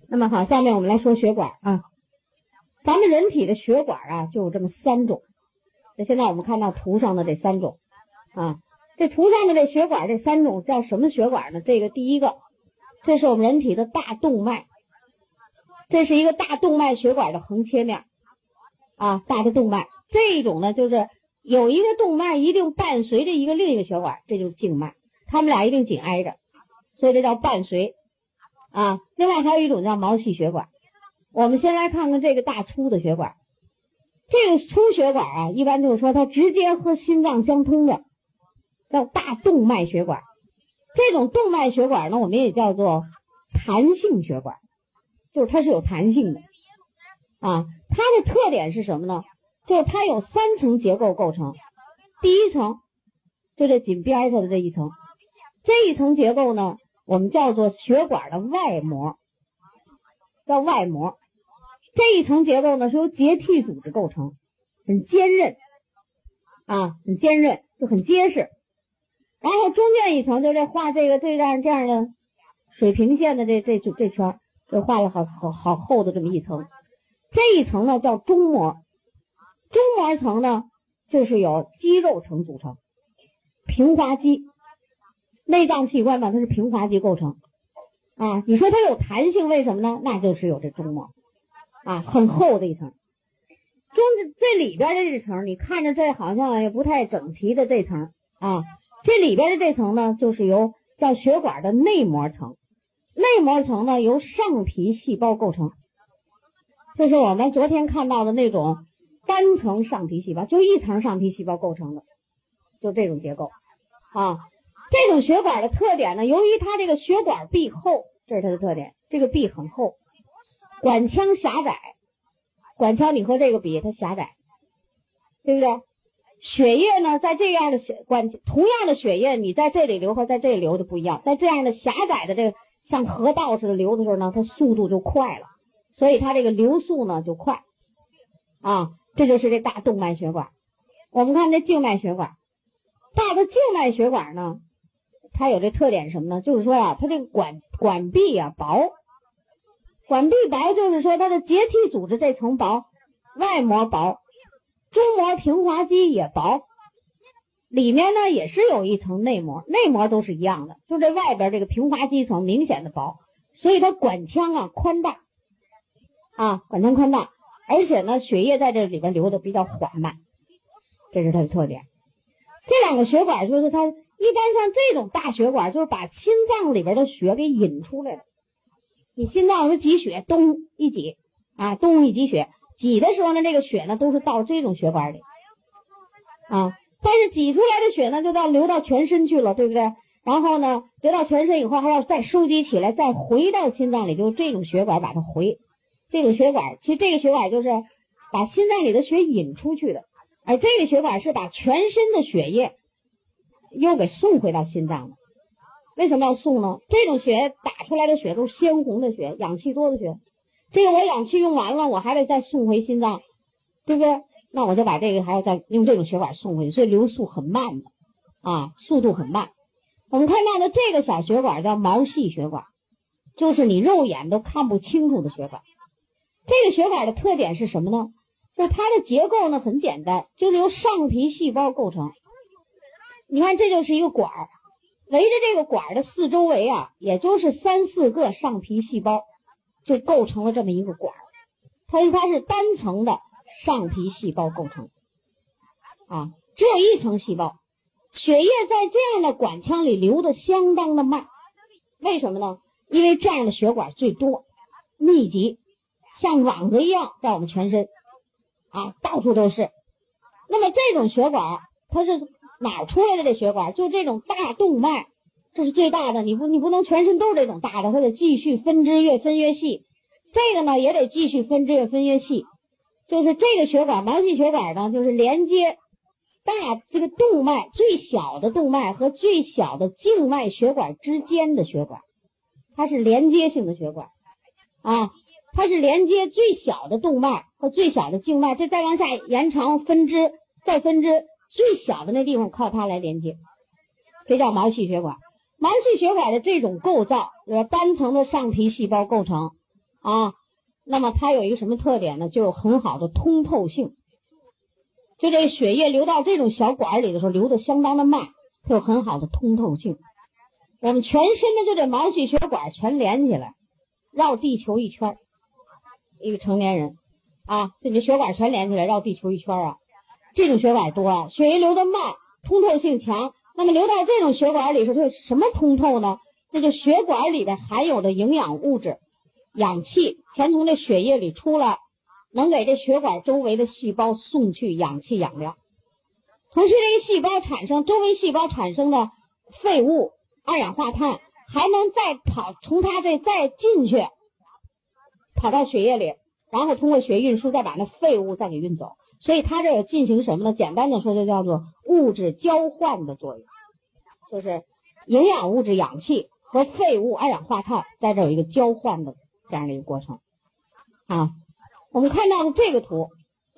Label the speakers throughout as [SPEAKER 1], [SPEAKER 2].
[SPEAKER 1] 那么好，下面我们来说血管啊。咱们人体的血管啊，就有这么3种。那现在我们看到图上的这3种啊，这图上的这血管这3种叫什么血管呢？这个第一个，这是我们人体的大动脉，这是一个大动脉血管的横切面啊，大的动脉。这一种呢，就是有一个动脉一定伴随着另一个血管，这就是静脉，它们俩一定紧挨着，所以这叫伴随啊。另外还有一种叫毛细血管。我们先来看看这个大粗的血管。这个粗血管啊，一般就是说它直接和心脏相通的，叫大动脉血管。这种动脉血管呢，我们也叫做弹性血管，就是它是有弹性的啊。它的特点是什么呢？就是它有3层结构构成。第一层就这紧边上的这一层，这一层结构呢，我们叫做血管的外膜，叫外膜。这一层结构呢是由结缔组织构成，很坚韧啊，很坚韧，就很结实。然后中间一层就这画这样的水平线的这圈，就画了好厚的这么一层。这一层呢叫中膜，中膜层呢就是由肌肉层组成，平滑肌，内脏器官嘛，它是平滑肌构成啊。你说它有弹性，为什么呢？那就是有这中膜啊，很厚的一层。这里边的这层，你看着这好像也不太整齐的这层啊，这里边的这层呢，就是由叫血管的内膜层。内膜层呢由上皮细胞构成，就是我们昨天看到的那种单层上皮细胞，就一层上皮细胞构成的，就这种结构啊。这种血管的特点呢，由于它这个血管壁厚，这是它的特点，这个壁很厚，管腔狭窄，管腔你和这个比它狭窄，对不对？血液呢，在这样的同样的血液，你在这里流和在这里流就不一样，在这样的狭窄的这个像河道似的流的时候呢，它速度就快了，所以它这个流速呢就快啊。这就是这大动脉血管。我们看这静脉血管，大的静脉血管呢，它有这特点什么呢？就是说啊，它这个管壁啊薄，管壁薄就是说它的结缔组织这层薄，外膜薄，中膜平滑肌也薄，里面呢也是有一层内膜，内膜都是一样的，就这外边这个平滑肌层明显的薄，所以它管腔啊宽大啊，管腔宽大，而且呢血液在这里边流的比较缓慢，这是它的特点。这2个血管就是它一般像这种大血管，就是把心脏里边的血给引出来了。你心脏有挤血，咚一挤啊，咚一挤血，挤的时候呢，这个血呢都是到这种血管里啊，但是挤出来的血呢就流到全身去了，对不对？然后呢流到全身以后还要再收集起来，再回到心脏里，就是这种血管把它这种血管，其实这个血管就是把心脏里的血引出去的，而这个血管是把全身的血液又给送回到心脏的。为什么要送呢？这种血打出来的血都是鲜红的血，氧气多的血，这个我氧气用完了，我还得再送回心脏，对不对？那我就把这个还要再用这种血管送回去，所以流速很慢的啊，速度很慢。我们看到的这个小血管叫毛细血管，就是你肉眼都看不清楚的血管。这个血管的特点是什么呢？就是它的结构呢很简单，就是由上皮细胞构成。你看这就是一个管儿，围着这个管的四周围啊，也就是3、4个上皮细胞，就构成了这么一个管。它是单层的上皮细胞构成啊，只有一层细胞。血液在这样的管腔里流的相当的慢，为什么呢？因为这样的血管最多，密集，像网子一样在我们全身啊，到处都是。那么这种血管它是哪儿出来的？这血管就这种大动脉，这是最大的，你不能全身都是这种大的，它得继续分支，越分越细。这个呢也得继续分支，越分越细。就是这个血管，毛细血管呢，就是连接这个动脉最小的动脉和最小的静脉血管之间的血管，它是连接性的血管啊，它是连接最小的动脉和最小的静脉，这再往下延长分支，再分支，最小的那地方靠它来连接，这叫毛细血管。毛细血管的这种构造，单层的上皮细胞构成啊，那么它有一个什么特点呢？就有很好的通透性。就这血液流到这种小管里的时候，流得相当的慢，它有很好的通透性。我们全身的就这毛细血管全连起来，绕地球一圈，一个成年人啊，这你血管全连起来绕地球一圈啊，这种血管多啊，血液流得慢，通透性强。那么流到这种血管里时候，它什么通透呢？那就血管里边含有的营养物质、氧气全从这血液里出来，能给这血管周围的细胞送去氧气养料。同时这个细胞产生周围细胞产生的废物、二氧化碳还能再从它这再进去，跑到血液里，然后通过血运输再把那废物再给运走。所以它这有进行什么呢？简单的说就叫做物质交换的作用，就是营养物质氧气和废物二氧化碳在这有一个交换的这样的一个过程啊。我们看到的这个图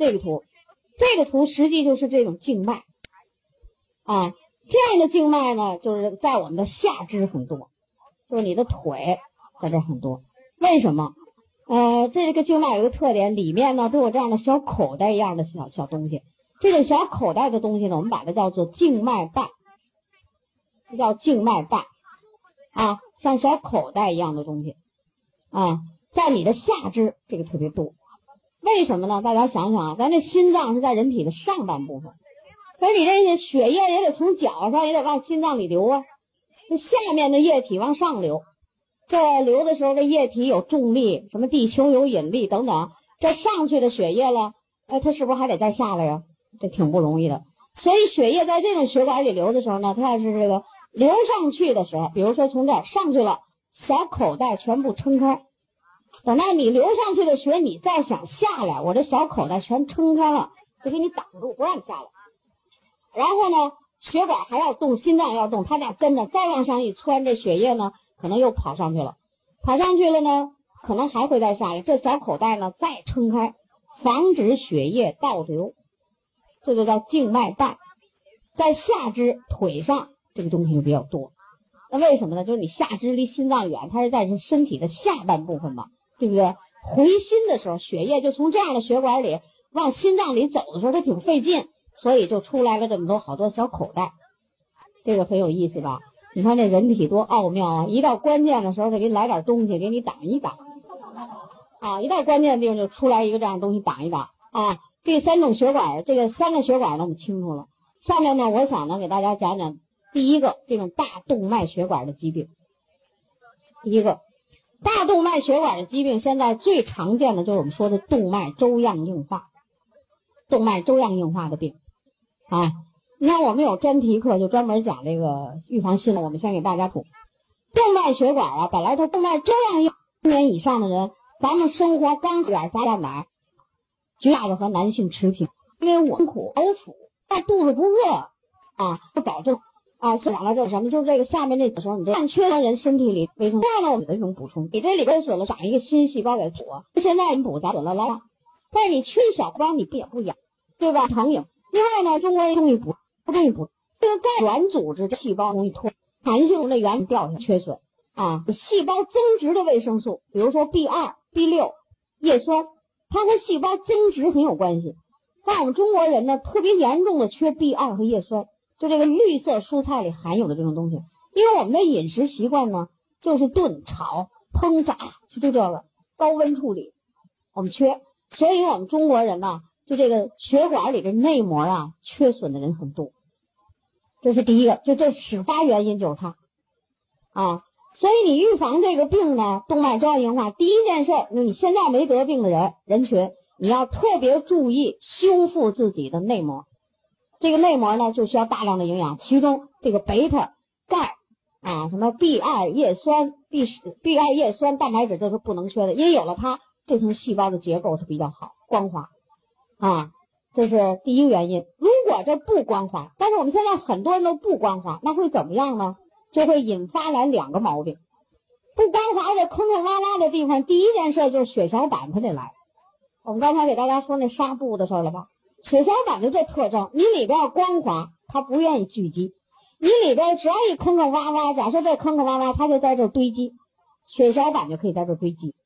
[SPEAKER 1] 实际就是这种静脉啊。这样的静脉呢，就是在我们的下肢很多，就是你的腿在这很多。为什么？这个静脉有个特点，里面呢都有这样的小口袋一样的小东西。这种小口袋的东西呢，我们把它叫做静脉瓣，这叫静脉瓣啊，像小口袋一样的东西啊，在你的下肢这个特别多。为什么呢？大家想想啊，咱这心脏是在人体的上半部分，可是你这些血液也得从脚上也得往心脏里流啊，这下面的液体往上流。这流的时候，这液体有重力，什么地球有引力等等，这上去的血液了，它是不是还得再下来呀？这挺不容易的。所以血液在这种血管里流的时候呢，它要是这个流上去的时候，比如说从这儿上去了，小口袋全部撑开，等到你流上去的血你再想下来，我这小口袋全撑开了，就给你挡住，不让你下来。然后呢，血管还要动，心脏要动，它俩跟着再往上一窜，这血液呢可能又跑上去了，呢可能还会再下来，这小口袋呢再撑开，防止血液倒流，这就叫静脉瓣。在下肢腿上这个东西就比较多。那为什么呢？就是你下肢离心脏远，它是在身体的下半部分嘛，对不对？回心的时候，血液就从这样的血管里往心脏里走的时候，它挺费劲，所以就出来了这么多好多小口袋。这个很有意思吧？你看这人体多奥妙啊！一到关键的时候，得给你来点东西给你挡一挡啊！一到关键的地方就出来一个这样的东西挡一挡啊！这三种血管，这个三个血管呢我们清楚了。下面呢，我想呢给大家讲讲第一个这种大动脉血管的疾病。第一个大动脉血管的疾病，现在最常见的就是我们说的动脉粥样硬化，动脉粥样硬化的病啊。你看我们有专题课就专门讲这个预防心了，我们先给大家补。动脉血管啊，本来它动脉粥样硬10年以上的人，咱们生活刚点加蛋奶，绝大和男性持平，因为我们苦而腹，但肚子不饿啊，不保证啊。所以讲到这是什么？就是这个下面这时候，你这半缺的人身体里维生素，这样呢我们的一种补充，你这里边损了长一个新细胞给补，现在你补咱损了拉，但是你缺小胞你不也不养，对吧？成瘾。另外呢，中国人容易补。这个钙软组织这细胞容易脱，弹性的原掉下缺损啊。细胞增殖的维生素，比如说 B2、B6、叶酸，它和细胞增殖很有关系。但我们中国人呢，特别严重的缺 B2 和叶酸，就这个绿色蔬菜里含有的这种东西。因为我们的饮食习惯呢，就是炖、炒、烹、炸，就这个高温处理，我们缺，所以我们中国人呢，就这个血管里的内膜啊，缺损的人很多。这是第一个，就这始发原因就是它啊。所以你预防这个病呢，动脉粥样硬化，第一件事，你现在没得病的人群，你要特别注意修复自己的内膜。这个内膜呢，就需要大量的营养，其中这个贝塔、钙啊，什么 B2 叶酸、B2 叶酸、蛋白质，这是不能缺的，因为有了它，这层细胞的结构它比较好，光滑啊。这是第一个原因。如果这不光滑，但是我们现在很多人都不光滑，那会怎么样呢？就会引发来两个毛病。不光滑的坑坑洼洼的地方，第一件事就是血小板它得来。我们刚才给大家说那纱布的事了吧？血小板的这特征，你里边光滑，它不愿意聚集；你里边只要一坑坑洼洼，假设这坑坑洼洼，它就在这堆积，血小板就可以在这堆积。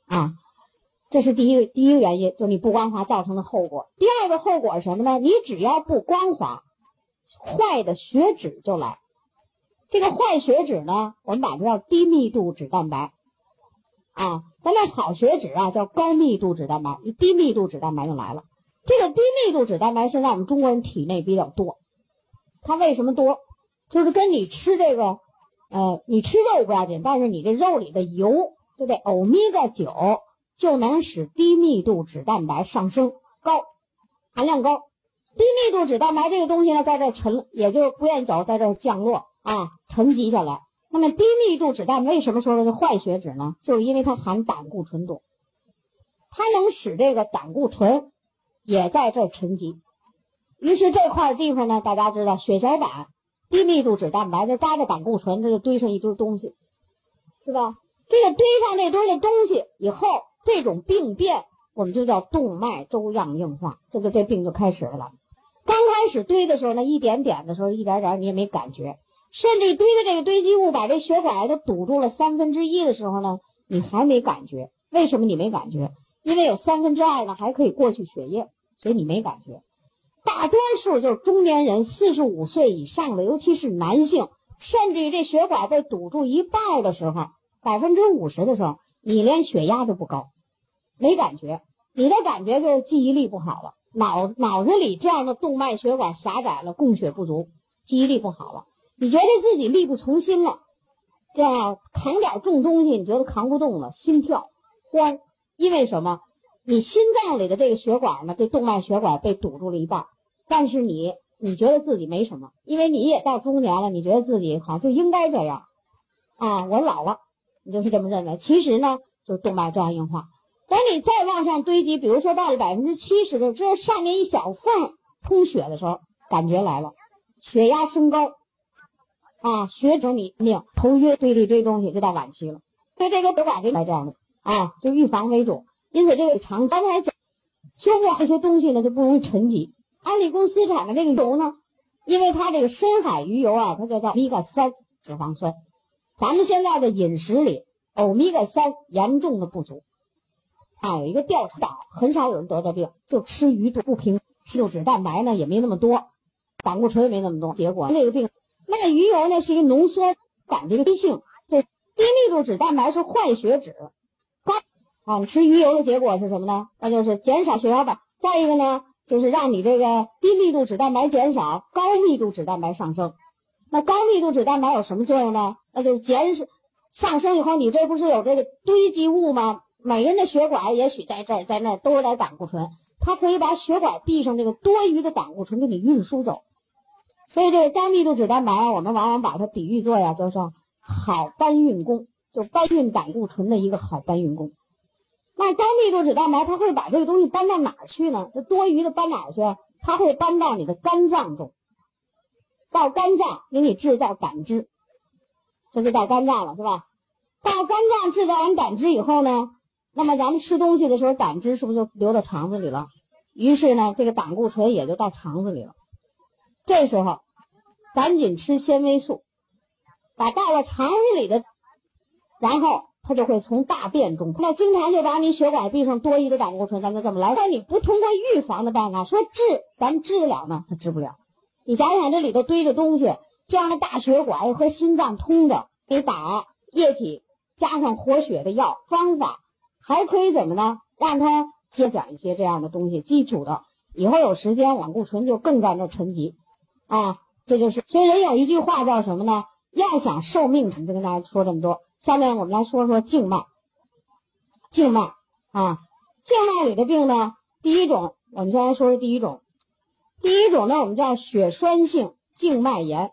[SPEAKER 1] 啊。这是第一个原因，就是你不光滑造成的后果。第二个后果是什么呢？你只要不光滑，坏的血脂就来。这个坏血脂呢，我们把它叫低密度脂蛋白啊，咱那好血脂啊叫高密度脂蛋白，低密度脂蛋白就来了。这个低密度脂蛋白现在我们中国人体内比较多，它为什么多？就是跟你吃这个你吃肉不要紧，但是你这肉里的油，就这欧米伽9就能使低密度脂蛋白上升高，含量高。低密度脂蛋白这个东西呢，在这沉，也就不愿意走，在这降落啊，沉积下来。那么低密度脂蛋白为什么说的是坏血脂呢？就是因为它含胆固醇多，它能使这个胆固醇也在这沉积。于是这块地方呢，大家知道血小板、低密度脂蛋白再加着胆固醇，这就堆上一堆东西，是吧？这个堆上这堆的东西以后，这种病变我们就叫动脉粥样硬化，这病就开始了。刚开始堆的时候呢，一点点的时候，一点点你也没感觉，甚至堆的这个堆积物把这血管都堵住了1/3的时候呢，你还没感觉。为什么你没感觉？因为有2/3呢还可以过去血液，所以你没感觉。大多数就是中年人45岁以上的，尤其是男性，甚至于这血管被堵住一半的时候，50%的时候，你连血压都不高，没感觉。你的感觉就是记忆力不好了，脑子里这样的动脉血管狭窄了，供血不足，记忆力不好了，你觉得自己力不从心了，这样扛点重东西你觉得扛不动了，心跳慌。因为什么？你心脏里的这个血管呢，这动脉血管被堵住了一半，但是你觉得自己没什么，因为你也到中年了，你觉得自己好像就应该这样啊，我老了，你就是这么认为。其实呢，就是动脉粥样硬化。等你再往上堆积，比如说到了70%的时候，这上面一小缝通血的时候，感觉来了，血压升高啊，血脂你命头晕，堆了一堆东西，就到晚期了。所以这个血管来这样的啊，就预防为主。因此这个刚才讲修复这些东西呢，就不容易沉积。安利公司产的这个油呢，因为它这个深海鱼油啊，它就叫欧米伽3脂肪酸。咱们现在的饮食里欧米伽3严重的不足啊，有一个调查，很少有人得这病，就吃鱼多不平，肉质蛋白呢也没那么多，胆固醇也没那么多，结果那个病，那鱼油呢是一个浓缩感这个低性，这低密度脂蛋白是坏血脂，高啊，你吃鱼油的结果是什么呢？那就是减少血小板，再一个呢就是让你这个低密度脂蛋白减少，高密度脂蛋白上升。那高密度脂蛋白有什么作用呢？那就是上升以后，你这不是有这个堆积物吗？每个人的血管也许在这儿在那儿都有点胆固醇，它可以把血管壁上这个多余的胆固醇给你运输走。所以这个高密度脂蛋白我们往往把它比喻作呀，叫做好搬运工，就是搬运胆固醇的一个好搬运工。那高密度脂蛋白它会把这个东西搬到哪儿去呢？这多余的搬哪儿去？它会搬到你的肝脏中，到肝脏给你制造胆汁，这就到肝脏了，是吧？到肝脏制造完胆汁以后呢，那么咱们吃东西的时候，胆汁是不是就流到肠子里了？于是呢，这个胆固醇也就到肠子里了。这时候赶紧吃纤维素，把到了肠子里的，然后它就会从大便中，那经常就把你血管壁上多余的胆固醇，咱就这么来。但你不通过预防的办法说治，咱们治得了呢？它治不了。你想想，这里头堆着东西，这样的大血管和心脏通着，给打液体加上活血的药方法，还可以怎么呢？让它接讲一些这样的东西，基础的，以后有时间胆固醇就更在那沉积啊。这就是，所以人有一句话叫什么呢？要想寿命长，就跟大家说这么多。下面我们来说说静脉。静脉啊，静脉里的病呢，第一种，我们先来说说第一种。第一种呢，我们叫血栓性静脉炎。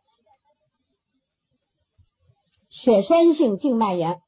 [SPEAKER 1] 血栓性静脉炎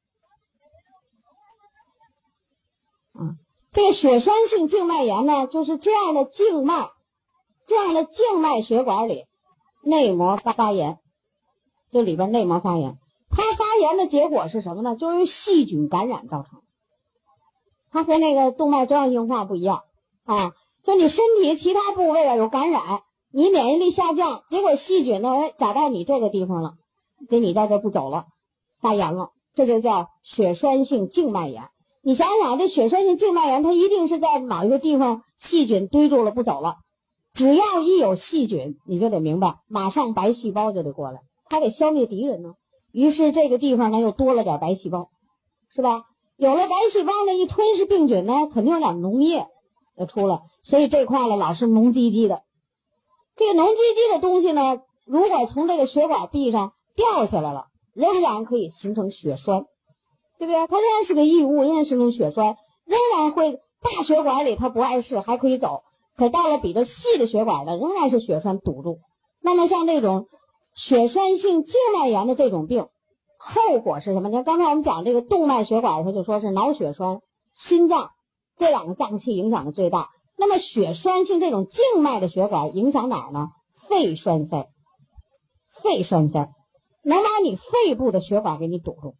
[SPEAKER 1] 啊，这个血栓性静脉炎呢，就是这样的静脉血管里内膜发炎，这里边内膜发炎，它发炎的结果是什么呢？就是由细菌感染造成。它和那个动脉粥样硬化不一样啊，就你身体其他部位有感染，你免疫力下降，结果细菌呢找到你这个地方了，给你在这不走了，发炎了，这就叫血栓性静脉炎。 你想想，这血栓性静脉炎它一定是在某一个地方细菌堆住了不走了，只要一有细菌，你就得明白，马上白细胞就得过来，它得消灭敌人呢。于是这个地方呢又多了点白细胞，是吧？有了白细胞呢，一吞噬病菌呢，肯定有点脓液就出来，所以这块呢老是脓唧唧的。这个脓唧唧的东西呢，如果从这个血管壁上掉下来了，仍然可以形成血栓，对不对？它仍然是个异物，仍然形成血栓，仍然会大血管里它不碍事，还可以走，可到了比较细的血管呢，仍然是血栓堵住。那么像这种血栓性静脉炎的这种病，后果是什么呢？刚才我们讲这个动脉血管的时候就说是脑血栓、心脏这两个脏器影响的最大。那么血栓性这种静脉的血管影响哪儿呢？肺栓塞，肺栓塞能把你肺部的血管给你堵住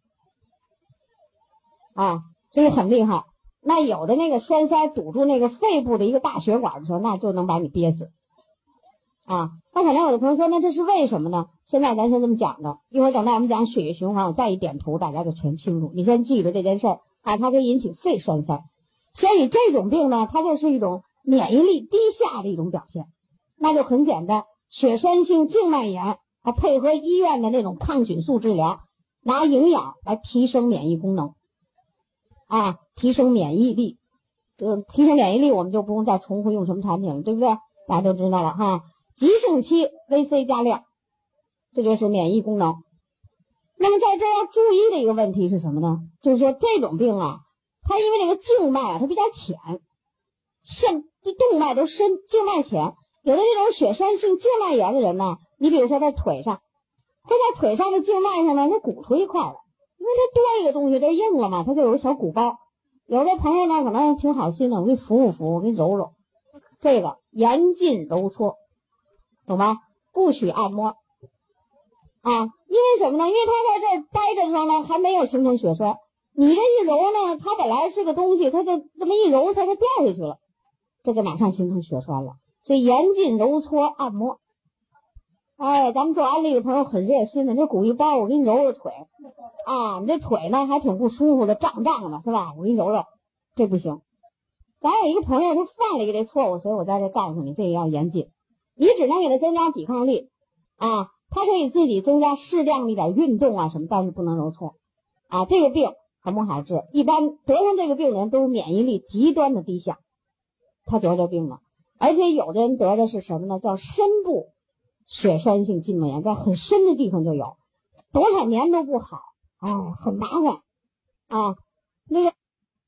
[SPEAKER 1] 啊，所以很厉害。那有的那个栓塞堵住那个肺部的一个大血管的时候，那就能把你憋死啊。那可能有的朋友说，那这是为什么呢？现在咱先这么讲着，一会儿等到我们讲血液循环，我再一点图，大家就全清楚。你先记着这件事儿啊，它可以引起肺栓塞。所以这种病呢，它就是一种免疫力低下的一种表现。那就很简单，血栓性静脉炎，它配合医院的那种抗菌素治疗，拿营养来提升免疫功能啊，提升免疫力。就是提升免疫力，我们就不用再重复用什么产品了，对不对？大家都知道了哈。急性期 VC 加量，这就是免疫功能。那么在这要注意的一个问题是什么呢？就是说这种病啊，它因为这个静脉啊它比较浅，这动脉都深，静脉浅。有的这种血栓性静脉炎的人呢，你比如说在腿上，会在腿上的静脉上呢，它鼓出一块来，因为它多一个东西，这硬了嘛，它就有个小鼓包。有的朋友呢可能挺好心的，我给你扶扶，我给你揉揉，这个严禁揉搓，懂吗？不许按摩啊！因为什么呢？因为它在这儿待着的时候呢，还没有形成血栓。你这一揉呢，它本来是个东西，它就这么一揉它就掉下去了，这就马上形成血栓了。所以严禁揉搓按摩。哎，咱们做安利的朋友很热心的，你这鼓一包，我给你揉揉腿啊，你这腿呢还挺不舒服的，胀胀的是吧？我给你揉揉，这不行。咱有一个朋友他犯了一个这错误，所以我在这告诉你，这个要严禁。你只能给他增加抵抗力啊，他可以自己增加适量的一点运动啊什么，但是不能揉搓啊。这个病很不好治，一般得上这个病的人都是免疫力极端的低下，他得这病了。而且有的人得的是什么呢？叫深部血栓性静脉炎，在很深的地方就有，多少年都不好，哎，很麻烦啊。那个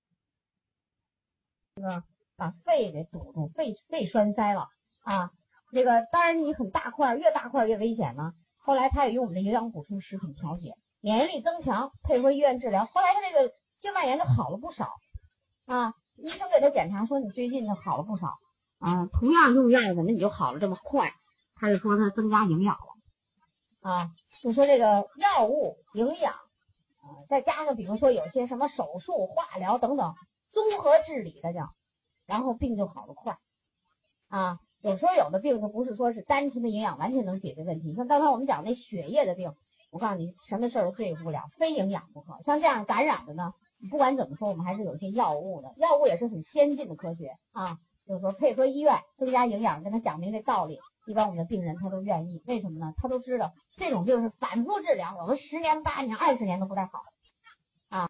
[SPEAKER 1] 把肺给堵住，肺栓塞了啊。这个当然你很大块，越大块越危险呢。后来他也用我们的营养补充食品调节，免疫力增强，配合医院治疗，后来他这个静脉炎就好了不少啊。医生给他检查说你最近就好了不少啊，同样用药怎么你就好了这么快？他就说他增加营养了啊，就说这个药物营养再加上比如说有些什么手术化疗等等综合治理的叫，然后病就好得快啊。有时候有的病它不是说是单纯的营养完全能解决问题，像刚才我们讲那血液的病，我告诉你什么事儿都对付不了，非营养不可。像这样感染的呢，不管怎么说我们还是有些药物的，药物也是很先进的科学啊，就是说配合医院增加营养，跟他讲明这道理，一般我们的病人他都愿意。为什么呢？他都知道这种病是反复治疗，有的10年8年20年都不太好啊。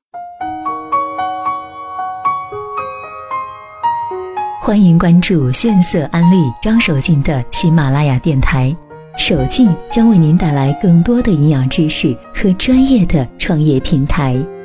[SPEAKER 2] 欢迎关注炫色安利张守静的喜马拉雅电台，守静将为您带来更多的营养知识和专业的创业平台。